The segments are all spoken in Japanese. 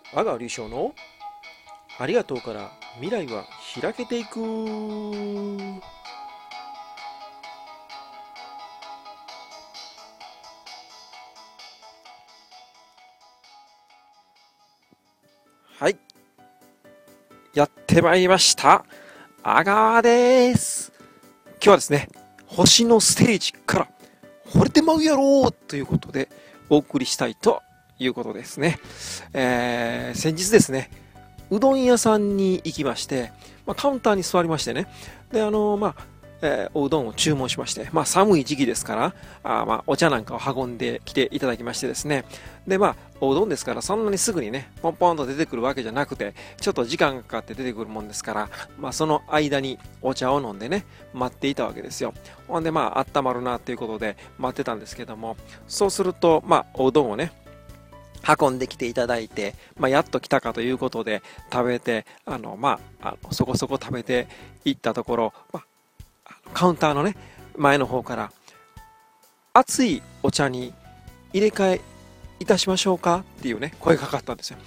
阿川隆翔のありがとうから未来は開けていく。はい、やってまいりました。阿川です。今日はですね、星のステージから惚れてまうやろうということでお送りしたいということですね。先日ですね、うどん屋さんに行きまして、カウンターに座りましてね、で、おうどんを注文しまして、寒い時期ですから、お茶なんかを運んできていただきましてですね、で、おうどんですから、そんなにすぐにね、ポンポンと出てくるわけじゃなくて、ちょっと時間がかかって出てくるもんですから、その間にお茶を飲んでね、待っていたわけですよ。ほんで、温まるなっていうことで待ってたんですけども、そうすると、おうどんをね、運んできていただいて、やっと来たかということで食べて、そこそこ食べていったところ、カウンターのね、前の方から、熱いお茶に入れ替えいたしましょうかっていうね、声がかかったんですよ。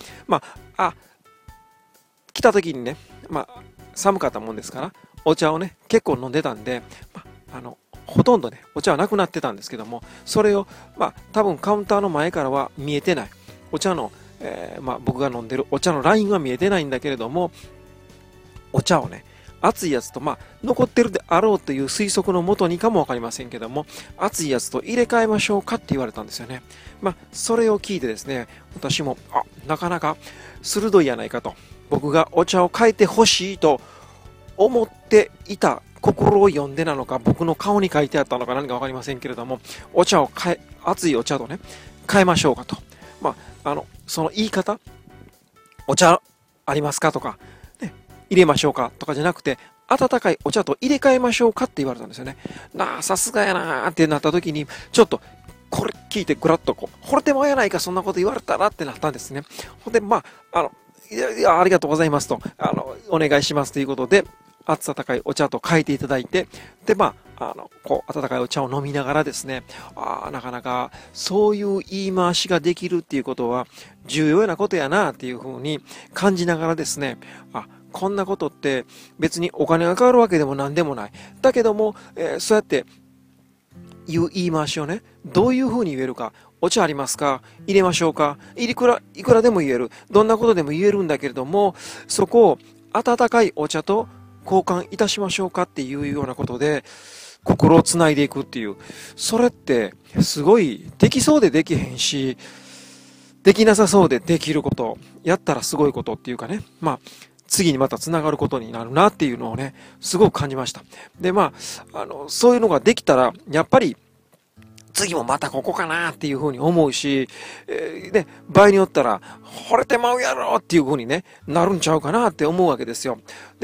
来た時にね、寒かったもんですから、お茶をね、結構飲んでたんで、ほとんどね、お茶はなくなってたんですけども、それを、多分カウンターの前からは見えてない。お茶の、僕が飲んでるお茶のラインは見えてないんだけれども、お茶をね、熱いやつと、残ってるであろうという推測のもとにかもわかりませんけども、熱いやつと入れ替えましょうかって言われたんですよね。それを聞いてですね、私も、なかなか鋭いやないかと、僕がお茶を変えてほしいと思っていた心を読んでなのか、僕の顔に書いてあったのか何かわかりませんけれども、お茶を熱いお茶とね、変えましょうかと。その言い方、お茶ありますかとか、ね、入れましょうかとかじゃなくて、温かいお茶と入れ替えましょうかって言われたんですよね。さすがやなーってなった時に、ちょっと、これ聞いてぐらっと惚れてもやないか、そんなこと言われたらってなったんですね。ほんで、ありがとうございますと、お願いしますということで、温かいお茶と書いていただいて、で、温かいお茶を飲みながらですね、なかなかそういう言い回しができるっていうことは重要なことやなっていうふうに感じながらですね、こんなことって別にお金がかかるわけでも何でもない。だけども、そうやって言い回しをね、どういうふうに言えるか。お茶ありますか？入れましょうか？いくらでも言える。どんなことでも言えるんだけれども、そこを温かいお茶と交換いたしましょうかっていうようなことで、心をつないでいくっていう。それって、すごい、できそうでできへんし、できなさそうでできること、やったらすごいことっていうかね、次にまたつながることになるなっていうのをね、すごく感じました。で、そういうのができたら、やっぱり、次もまたここかなっていうふうに思うし、場合によったら、惚れてまうやろっていうふうにね、なるんちゃうかなって思うわけですよ。で、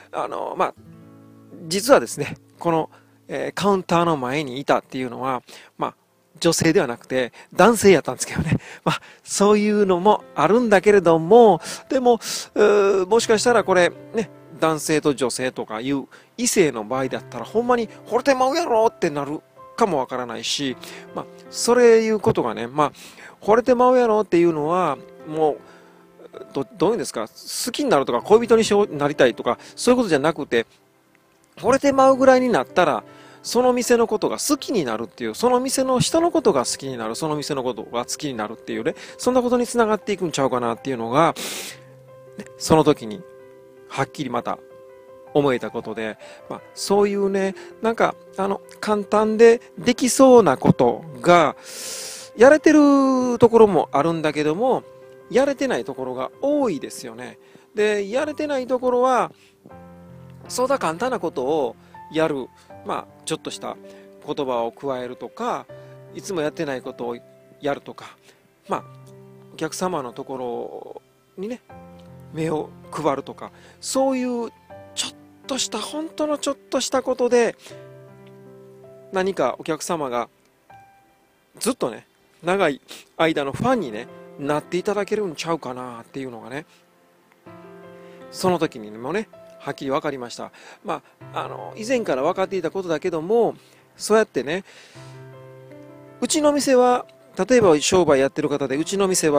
実はですね、この、カウンターの前にいたっていうのは、女性ではなくて男性やったんですけどね。そういうのもあるんだけれども、でも、もしかしたらこれ、ね、男性と女性とかいう異性の場合だったら、ほんまに惚れてまうやろってなるかもわからないし、それいうことがね、惚れてまうやろっていうのは、もう、どういうんですか、好きになるとか恋人になりたいとか、そういうことじゃなくて、惚れてまうぐらいになったら、その店のことが好きになるっていう、その店の人のことが好きになる、その店のことが好きになるっていうね、そんなことにつながっていくんちゃうかなっていうのが、その時に、はっきりまた思えたことで、そういうね、簡単でできそうなことが、やれてるところもあるんだけども、やれてないところが多いですよね。で、やれてないところは、そうだ簡単なことをやる、ちょっとした言葉を加えるとか、いつもやってないことをやるとか、お客様のところにね、目を配るとか、そういうちょっとした、本当のちょっとしたことで、何かお客様がずっとね、長い間のファンにね、なっていただけるんちゃうかなっていうのがね、その時にもね、はっきり分かりました。以前から分かっていたことだけども、そうやってね、うちの店は、例えば商売やってる方で、うちの店は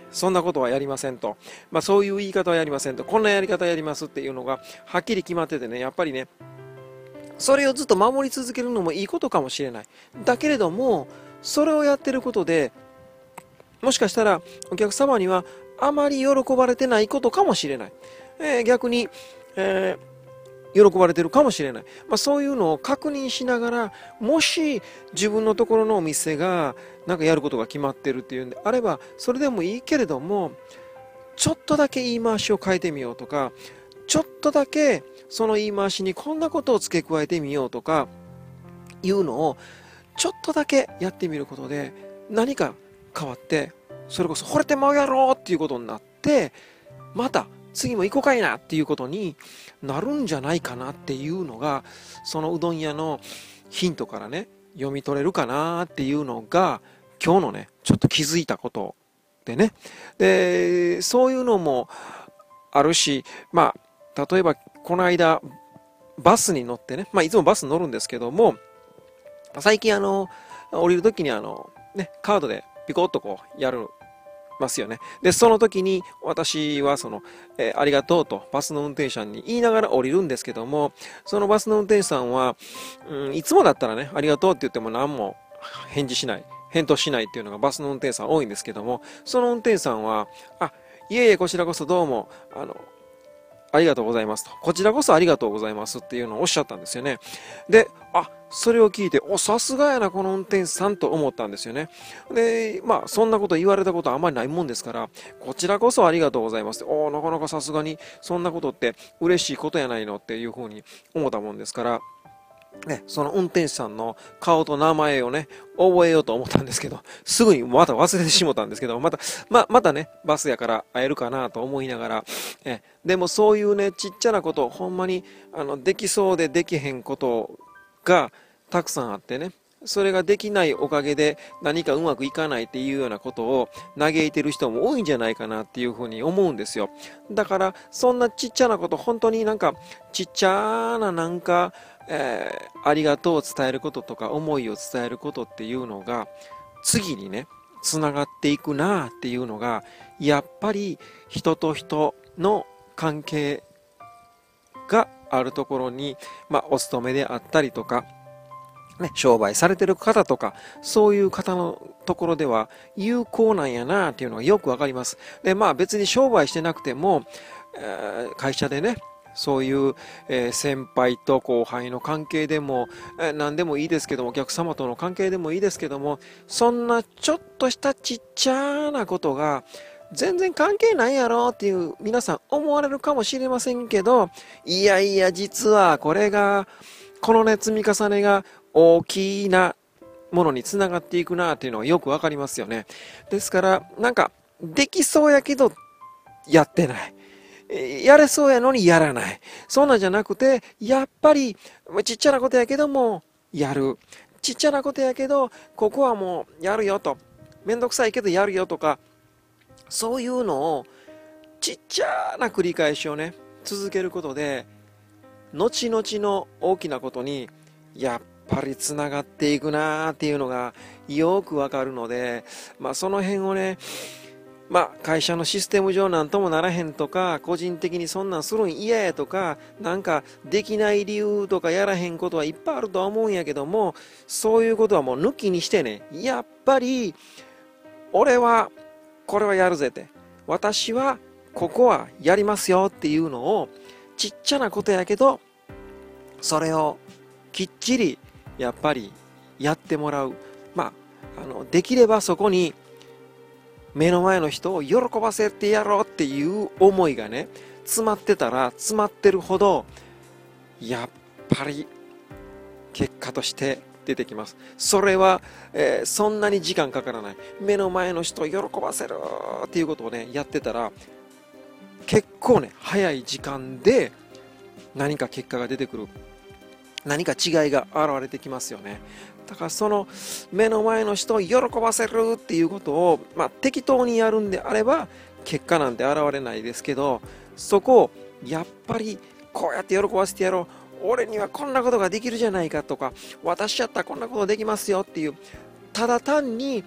そんなことはやりませんと。そういう言い方はやりませんと。こんなやり方やりますっていうのがはっきり決まっててね、やっぱりね、それをずっと守り続けるのもいいことかもしれない。だけれども、それをやってることで、もしかしたらお客様にはあまり喜ばれてないことかもしれない。逆に、喜ばれてるかもしれない。そういうのを確認しながら、もし自分のところのお店がなんかやることが決まってるっていうんであれば、それでもいいけれども、ちょっとだけ言い回しを変えてみようとか、ちょっとだけその言い回しにこんなことを付け加えてみようとかいうのをちょっとだけやってみることで何か変わって、それこそ惚れてまうやろっていうことになって、また次も行こうかいなっていうことになるんじゃないかなっていうのが、そのうどん屋のヒントからね読み取れるかなっていうのが今日のねちょっと気づいたことでね。でそういうのもあるし、例えばこの間バスに乗ってね、いつもバス乗るんですけども、最近降りるときにカードでピコッとこうやるますよね。でその時に私はありがとうとバスの運転手さんに言いながら降りるんですけども、そのバスの運転手さんは、いつもだったらねありがとうって言っても何も返答しないっていうのがバスの運転手さん多いんですけども、その運転手さんは、いえいえこちらこそどうもありがとうございますと。こちらこそありがとうございますっていうのをおっしゃったんですよね。で、それを聞いて、さすがやな、この運転手さんと思ったんですよね。で、そんなこと言われたことはあんまりないもんですから、こちらこそありがとうございますって、なかなかさすがに、そんなことって嬉しいことやないのっていうふうに思ったもんですから、ね、その運転手さんの顔と名前をね、覚えようと思ったんですけど、すぐにまた忘れてしもたんですけど、またね、バスやから会えるかなと思いながら、でもそういうね、ちっちゃなこと、ほんまに、できそうでできへんことがたくさんあってね、それができないおかげで何かうまくいかないっていうようなことを嘆いてる人も多いんじゃないかなっていうふうに思うんですよ。だからそんなちっちゃなこと、本当になんかちっちゃななんか、ありがとうを伝えることとか思いを伝えることっていうのが次にねつながっていくなっていうのが、やっぱり人と人の関係があるところに、お勤めであったりとかね、商売されてる方とか、そういう方のところでは有効なんやなっていうのがよくわかります。で、別に商売してなくても、会社でね、そういう、先輩と後輩の関係でも、何でもいいですけども、お客様との関係でもいいですけども、そんなちょっとしたちっちゃなことが、全然関係ないやろっていう皆さん思われるかもしれませんけど、いやいや実はこのね積み重ねが大きなものにつながっていくなっていうのはよくわかりますよね。ですからなんかできそうやけどやってない。やれそうやのにやらない。そんなんじゃなくて、やっぱりちっちゃなことやけどもやる。ちっちゃなことやけど、ここはもうやるよと。めんどくさいけどやるよとか、そういうのをちっちゃな繰り返しをね、続けることで、後々の大きなことにやっぱりつながっていくなーっていうのがよくわかるので、その辺をね、会社のシステム上なんともならへんとか、個人的にそんなんするん嫌やとか、なんかできない理由とかやらへんことはいっぱいあるとは思うんやけども、そういうことはもう抜きにしてね、やっぱり俺はこれはやるぜって、私はここはやりますよっていうのを、ちっちゃなことやけどそれをきっちりやっぱりやってもらう。できればそこに目の前の人を喜ばせてやろうっていう思いがね詰まってたら詰まってるほどやっぱり結果として出てきます。それは、そんなに時間かからない。目の前の人を喜ばせるっていうことをねやってたら結構ね早い時間で何か結果が出てくる、何か違いが現れてきますよね。だからその目の前の人を喜ばせるっていうことを、適当にやるんであれば結果なんて現れないですけど、そこをやっぱりこうやって喜ばせてやろう、俺にはこんなことができるじゃないかとか、私やったらこんなことできますよっていう、ただ単に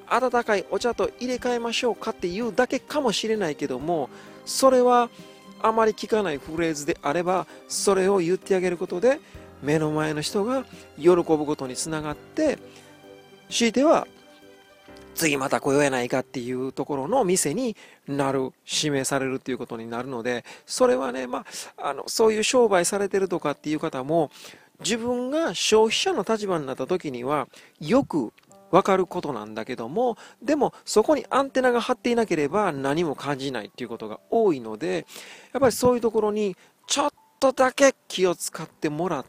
温かいお茶と入れ替えましょうかっていうだけかもしれないけども、それはあまり聞かないフレーズであれば、それを言ってあげることで目の前の人が喜ぶことにつながって、強いては次また来ようやないかっていうところの店になる、指名されるっていうことになるので、それはね、そういう商売されてるとかっていう方も、自分が消費者の立場になった時にはよくわかることなんだけども、でもそこにアンテナが張っていなければ何も感じないっていうことが多いので、やっぱりそういうところにちょっとだけ気を使ってもらって、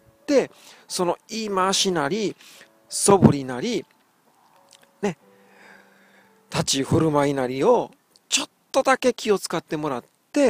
その言い回しなり素振りなりね、立ち振る舞いなりをちょっとだけ気を使ってもらって、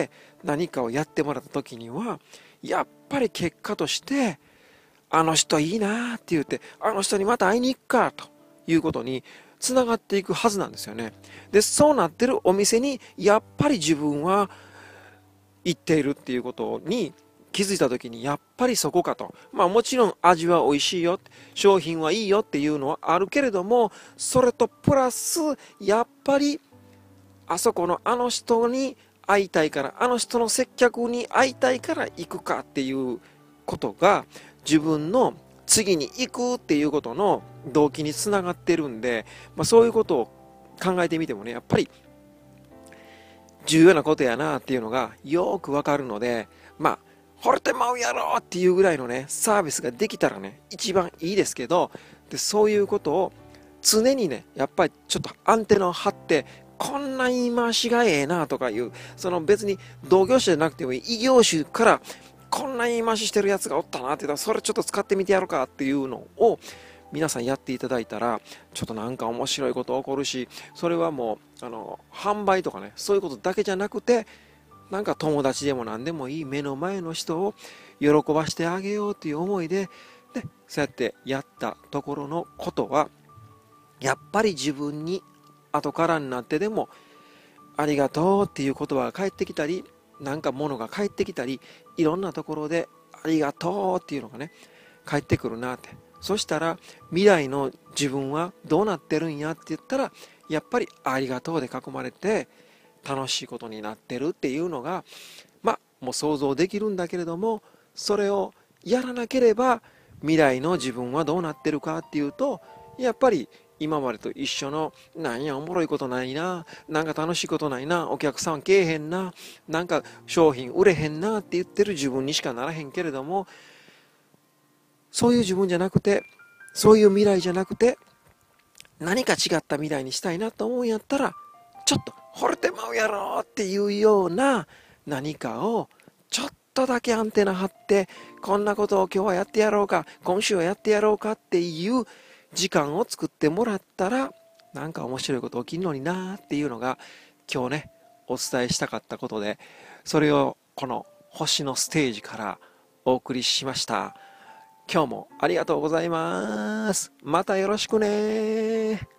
何かをやってもらった時にはやっぱり結果として、あの人いいなって言って、あの人にまた会いに行くかということにつながっていくはずなんですよね。で、そうなってるお店にやっぱり自分は行っているっていうことに気づいた時に、やっぱりそこかと。もちろん味は美味しいよ、商品はいいよっていうのはあるけれども、それとプラスやっぱりあそこのあの人に会いたいから、あの人の接客に会いたいから行くかっていうことが、自分の次に行くっていうことの動機につながってるんで、そういうことを考えてみてもね、やっぱり重要なことやなっていうのがよくわかるので、惚れてまうやろっていうぐらいのね、サービスができたらね、一番いいですけど、で、そういうことを常にね、やっぱりちょっとアンテナを張って、こんな言い回しがええなとかいう、その別に同業種じゃなくてもいい、異業種からこんな言い回ししてるやつがおったなって言ったら、それちょっと使ってみてやるかっていうのを皆さんやっていただいたら、ちょっとなんか面白いこと起こるし、それはもう販売とかね、そういうことだけじゃなくて、なんか友達でも何でもいい、目の前の人を喜ばしてあげようという思いで、そうやってやったところのことは、やっぱり自分に後からになってでもありがとうっていう言葉が返ってきたり、なんか物が返ってきたり、いろんなところでありがとうっていうのがね、返ってくるなって。そしたら未来の自分はどうなってるんやって言ったら、やっぱりありがとうで囲まれて楽しいことになってるっていうのが、もう想像できるんだけれども、それをやらなければ未来の自分はどうなってるかっていうと、やっぱり今までと一緒の、なんやおもろいことないな、なんか楽しいことないな、お客さん来えへんな、なんか商品売れへんなって言ってる自分にしかならへんけれども、そういう自分じゃなくて、そういう未来じゃなくて、何か違った未来にしたいなと思うんやったら、ちょっと惚れてまうやろっていうような何かをちょっとだけアンテナ張って、こんなことを今日はやってやろうか、今週はやってやろうかっていう時間を作ってもらったら、なんか面白いこと起きるのになーっていうのが今日ね、お伝えしたかったことで、それをこの星のステージからお送りしました。今日もありがとうございます。またよろしくね。